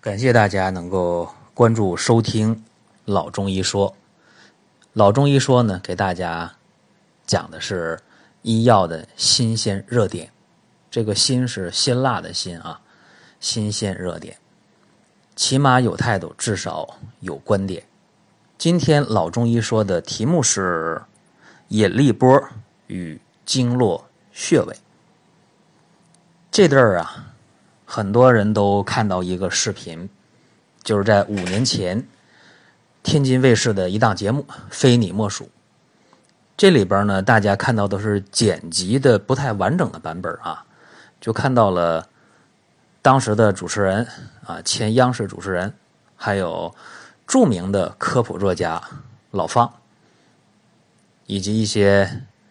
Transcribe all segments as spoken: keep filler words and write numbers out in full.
感谢大家能够关注收听老中医说。老中医说呢，给大家讲的是医药的新鲜热点，这个辛是辛辣的辛啊，新鲜热点，起码有态度，至少有观点。今天老中医说的题目是引力波与经络穴位。这阵儿啊，很多人都看到一个视频，就是在五年前天津卫视的一档节目《非你莫属》。这里边呢，大家看到都是剪辑的不太完整的版本啊，就看到了当时的主持人啊，前央视主持人，还有著名的科普作家老方，以及一些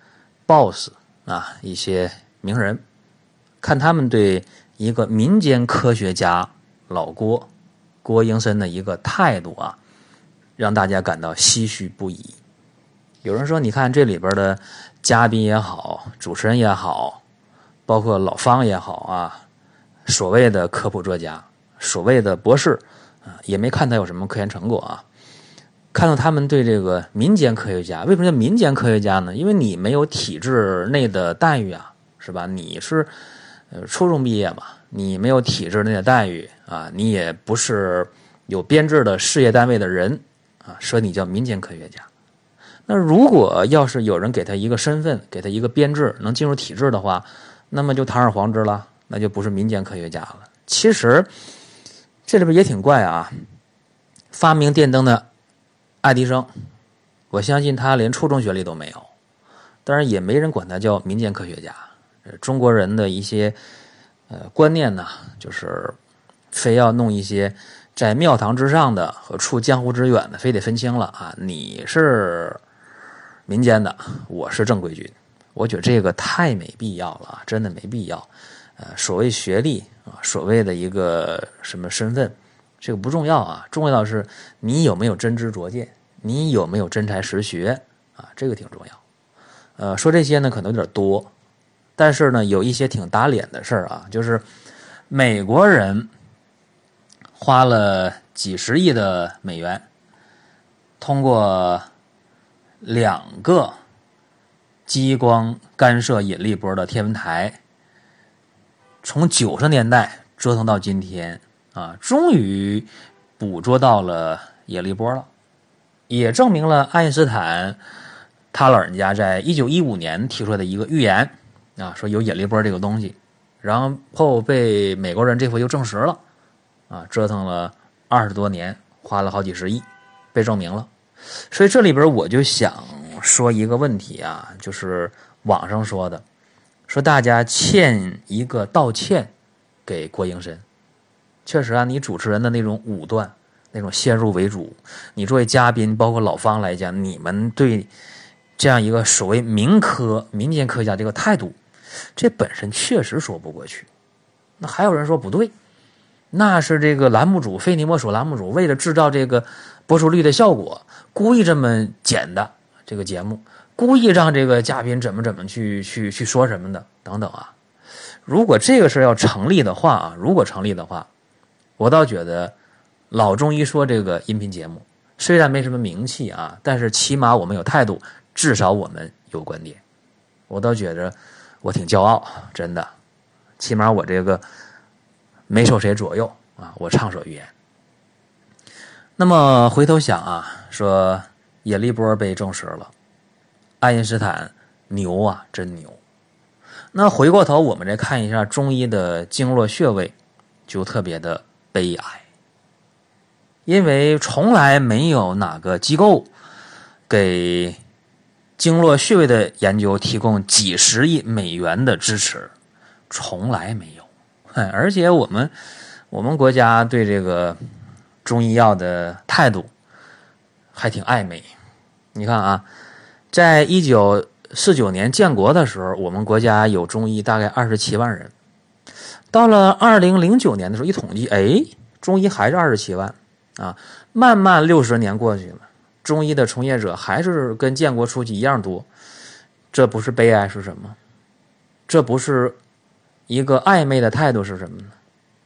boss 啊，一些名人，看他们对一个民间科学家老郭郭英森的一个态度啊，让大家感到唏嘘不已。有人说，你看这里边的嘉宾也好，主持人也好，包括老方也好啊，所谓的科普作家，所谓的博士啊，也没看他有什么科研成果啊。看到他们对这个民间科学家，为什么叫民间科学家呢？因为你没有体制内的待遇啊，是吧？你是呃初中毕业嘛，你没有体制内的待遇啊，你也不是有编制的事业单位的人啊，所以你叫民间科学家。那如果要是有人给他一个身份，给他一个编制，能进入体制的话，那么就堂而皇之了，那就不是民间科学家了。其实这里边也挺怪啊，发明电灯的爱迪生，我相信他连初中学历都没有，当然也没人管他叫民间科学家。中国人的一些呃观念呢，就是非要弄一些在庙堂之上的和处江湖之远的，非得分清了啊，你是民间的，我是正规军。我觉得这个太没必要了，真的没必要。呃，所谓学历啊，所谓的一个什么身份，这个不重要啊，重要的是你有没有真知灼见，你有没有真才实学啊，这个挺重要。呃，说这些呢可能有点多，但是呢有一些挺打脸的事儿啊，就是美国人花了几十亿的美元，通过两个激光干涉引力波的天文台，从九十年代折腾到今天啊，终于捕捉到了引力波了，也证明了爱因斯坦他老人家在一九一五年提出来的一个预言啊，说有引力波这个东西，然后被美国人这回又证实了啊，折腾了二十多年，花了好几十亿，被证明了。所以这里边我就想说一个问题啊，就是网上说的，说大家欠一个道歉给郭英森。确实啊，你主持人的那种武断，那种先入为主，你作为嘉宾包括老方来讲，你们对这样一个所谓民科民间科学家这个态度，这本身确实说不过去。那还有人说不对，那是这个栏目组非你莫属栏目组为了制造这个播出率的效果，故意这么剪的这个节目，故意让这个嘉宾怎么怎么去去去说什么的等等啊。如果这个事要成立的话啊，如果成立的话，我倒觉得老中医说这个音频节目虽然没什么名气啊，但是起码我们有态度，至少我们有观点。我倒觉得我挺骄傲，真的，起码我这个没受谁左右啊，我畅所欲言。那么回头想啊，说引力波被证实了，爱因斯坦牛啊，真牛。那回过头我们再看一下中医的经络穴位，就特别的悲哀，因为从来没有哪个机构给经络穴位的研究提供几十亿美元的支持，从来没有。而且我们我们国家对这个中医药的态度还挺暧昧。你看啊，在一九四九年建国的时候，我们国家有中医大概二十七万人。到了二零零九年的时候一统计，哎，中医还是二十七万啊。慢慢六十年过去了，中医的从业者还是跟建国初期一样多。这不是悲哀是什么？这不是一个暧昧的态度是什么呢？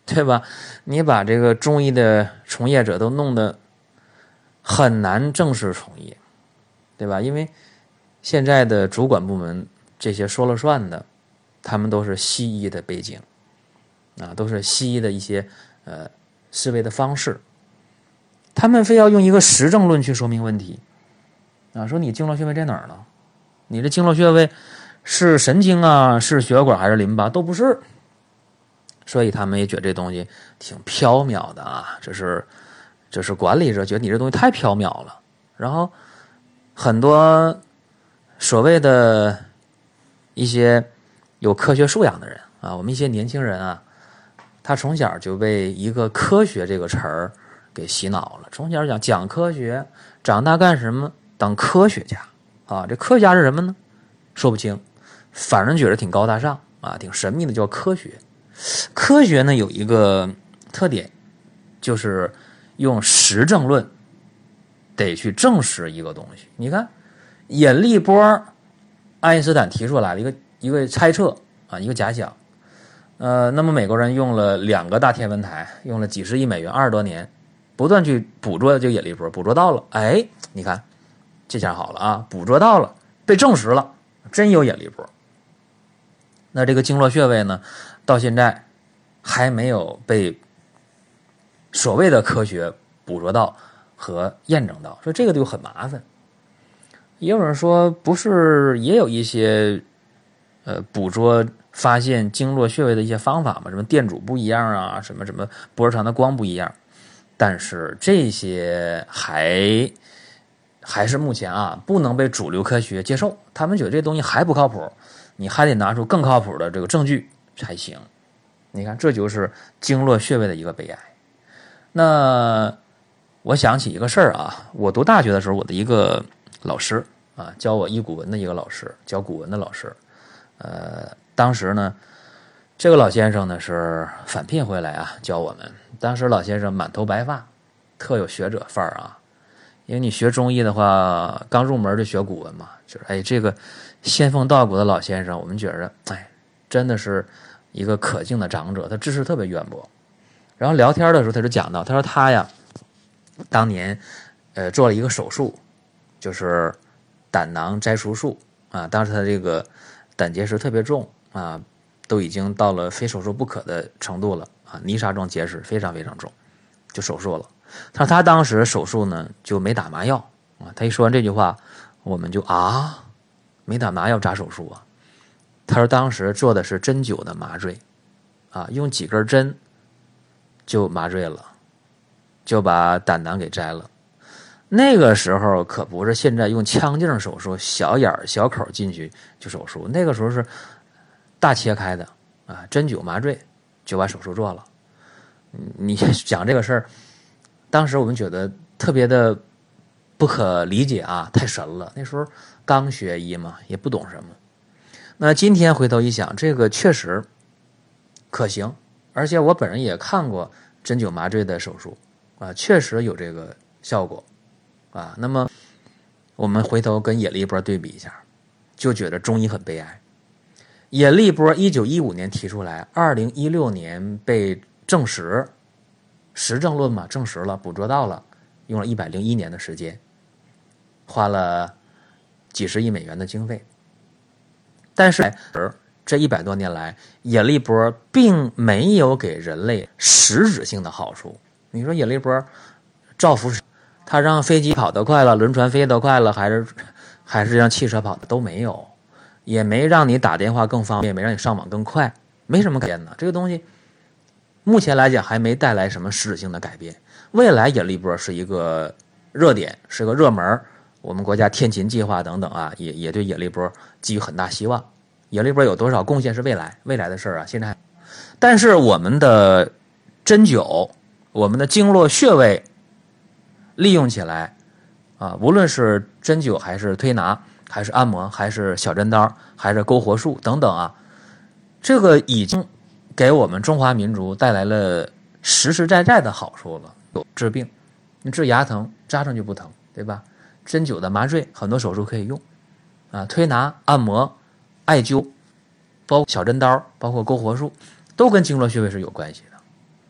对吧？你把这个中医的从业者都弄得很难正式从业，对吧？因为现在的主管部门这些说了算的，他们都是西医的背景啊，都是西医的一些呃思维的方式，他们非要用一个实证论去说明问题啊，说你经络穴位在哪儿呢？你这经络穴位是神经啊，是血管还是淋巴？都不是。所以他们也觉得这东西挺缥缈的啊，这是这是管理者觉得你这东西太缥缈了。然后很多所谓的一些有科学素养的人啊，我们一些年轻人啊，他从小就被一个科学这个词儿给洗脑了，从小讲讲科学，长大干什么？当科学家啊！这科学家是什么呢？说不清，反正觉得挺高大上啊，挺神秘的，叫科学。科学呢有一个特点，就是用实证论得去证实一个东西。你看，引力波，爱因斯坦提出来了一个一个猜测啊，一个假想。呃，那么美国人用了两个大天文台，用了几十亿美元，二十多年，不断去捕捉这个引力波，捕捉到了。哎，你看，这下好了啊，捕捉到了，被证实了，真有引力波。那这个经络穴位呢，到现在还没有被所谓的科学捕捉到和验证到，所以这个就很麻烦。也有人说，不是也有一些呃捕捉发现经络穴位的一些方法嘛？什么电阻不一样啊，什么什么波尔长的光不一样，但是这些还还是目前啊不能被主流科学接受，他们觉得这东西还不靠谱，你还得拿出更靠谱的这个证据才行。你看，这就是经络穴位的一个悲哀。那我想起一个事儿啊，我读大学的时候，我的一个老师啊，教我医古文的一个老师，教古文的老师，呃，当时呢，这个老先生呢是返聘回来啊，教我们。当时老先生满头白发，特有学者范儿啊。因为你学中医的话，刚入门就学古文嘛，就是哎，这个仙风道骨的老先生，我们觉着哎，真的是一个可敬的长者，他知识特别渊博。然后聊天的时候，他就讲到，他说他呀，当年呃做了一个手术，就是胆囊摘除术啊。当时他这个胆结石特别重啊，都已经到了非手术不可的程度了啊，泥沙状结石非常非常重，就手术了。他说他当时手术呢就没打麻药啊。他一说完这句话，我们就啊，没打麻药咋手术啊？他说当时做的是针灸的麻醉啊，用几根针就麻醉了，就把胆囊给摘了。那个时候可不是现在用腔镜手术，小眼小口进去就手术，那个时候是大切开的啊，针灸麻醉就把手术做了。你讲这个事儿，当时我们觉得特别的不可理解啊，太神了。那时候刚学医嘛，也不懂什么。那今天回头一想，这个确实可行，而且我本人也看过针灸麻醉的手术啊，确实有这个效果啊。那么我们回头跟引力波对比一下，就觉得中医很悲哀。引力波一九一五年提出来，二零一六年被证实，实证论嘛，证实了，捕捉到了，用了一百零一年的时间，花了几十亿美元的经费。但是这一百多年来，引力波并没有给人类实质性的好处。你说引力波造福它让飞机跑得快了，轮船飞得快了，还是还是让汽车跑的都没有，也没让你打电话更方便，没让你上网更快，没什么改变呢。这个东西目前来讲还没带来什么实质性的改变。未来引力波是一个热点，是个热门，我们国家天琴计划等等啊，也也对引力波寄予很大希望。引力波有多少贡献是未来未来的事儿啊，现在。但是我们的针灸，我们的经络穴位利用起来啊，无论是针灸还是推拿，还是按摩，还是小针刀，还是勾活术等等啊，这个已经给我们中华民族带来了实实在在的好处了。有治病，你治牙疼扎上就不疼，对吧？针灸的麻醉很多手术可以用啊，推拿、按摩、艾灸，包括小针刀，包括勾活术，都跟经络穴位是有关系的。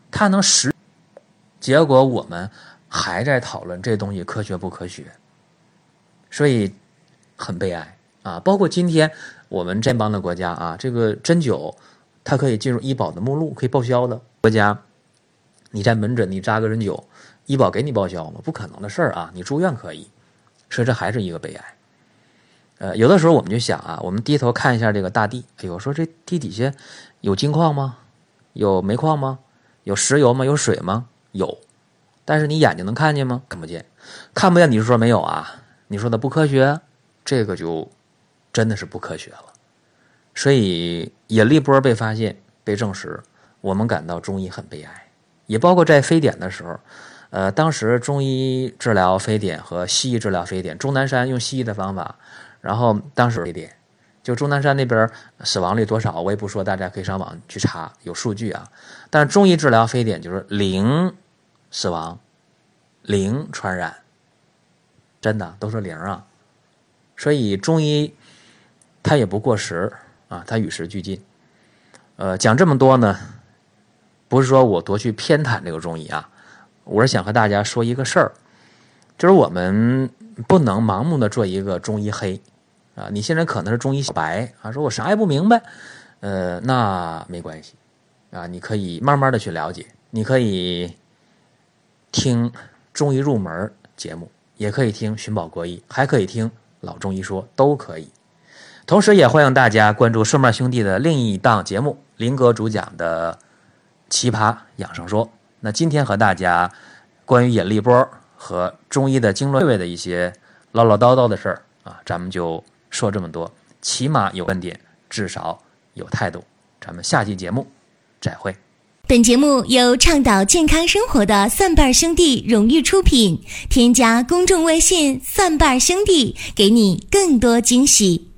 它能实，结果我们还在讨论这东西科学不科学，所以很悲哀啊！包括今天我们这帮的国家啊，这个针灸它可以进入医保的目录，可以报销的国家，你在门诊你扎个针灸，医保给你报销吗？不可能的事儿啊！你住院可以，所以这还是一个悲哀。呃，有的时候我们就想啊，我们低头看一下这个大地，哎呦，说这地底下有金矿吗？有煤矿吗？有石油吗？有水吗？有，但是你眼睛能看见吗？看不见，看不见你就说没有啊？你说的不科学，这个就真的是不科学了。所以引力波被发现被证实，我们感到中医很悲哀，也包括在非典的时候，呃，当时中医治疗非典和西医治疗非典，钟南山用西医的方法。然后当时非典，就钟南山那边死亡率多少，我也不说，大家可以上网去查，有数据啊。但是中医治疗非典就是零死亡，零传染，真的都是零啊。所以中医它也不过时啊，它与时俱进。呃，讲这么多呢，不是说我多去偏袒这个中医啊，我是想和大家说一个事儿，就是我们不能盲目的做一个中医黑啊！你现在可能是中医小白啊，说我啥也不明白，呃，那没关系啊，你可以慢慢的去了解，你可以听中医入门节目，也可以听寻宝国医，还可以听老中医说，都可以。同时也欢迎大家关注顺瓣兄弟的另一档节目林哥主讲的奇葩养生说。那今天和大家关于引力波和中医的经络穴位的一些唠唠叨叨的事儿啊，咱们就说这么多，起码有观点，至少有态度。咱们下期节目再会。 本节目由倡导健康生活的蒜瓣兄弟荣誉出品，添加公众微信蒜瓣兄弟，给你更多惊喜。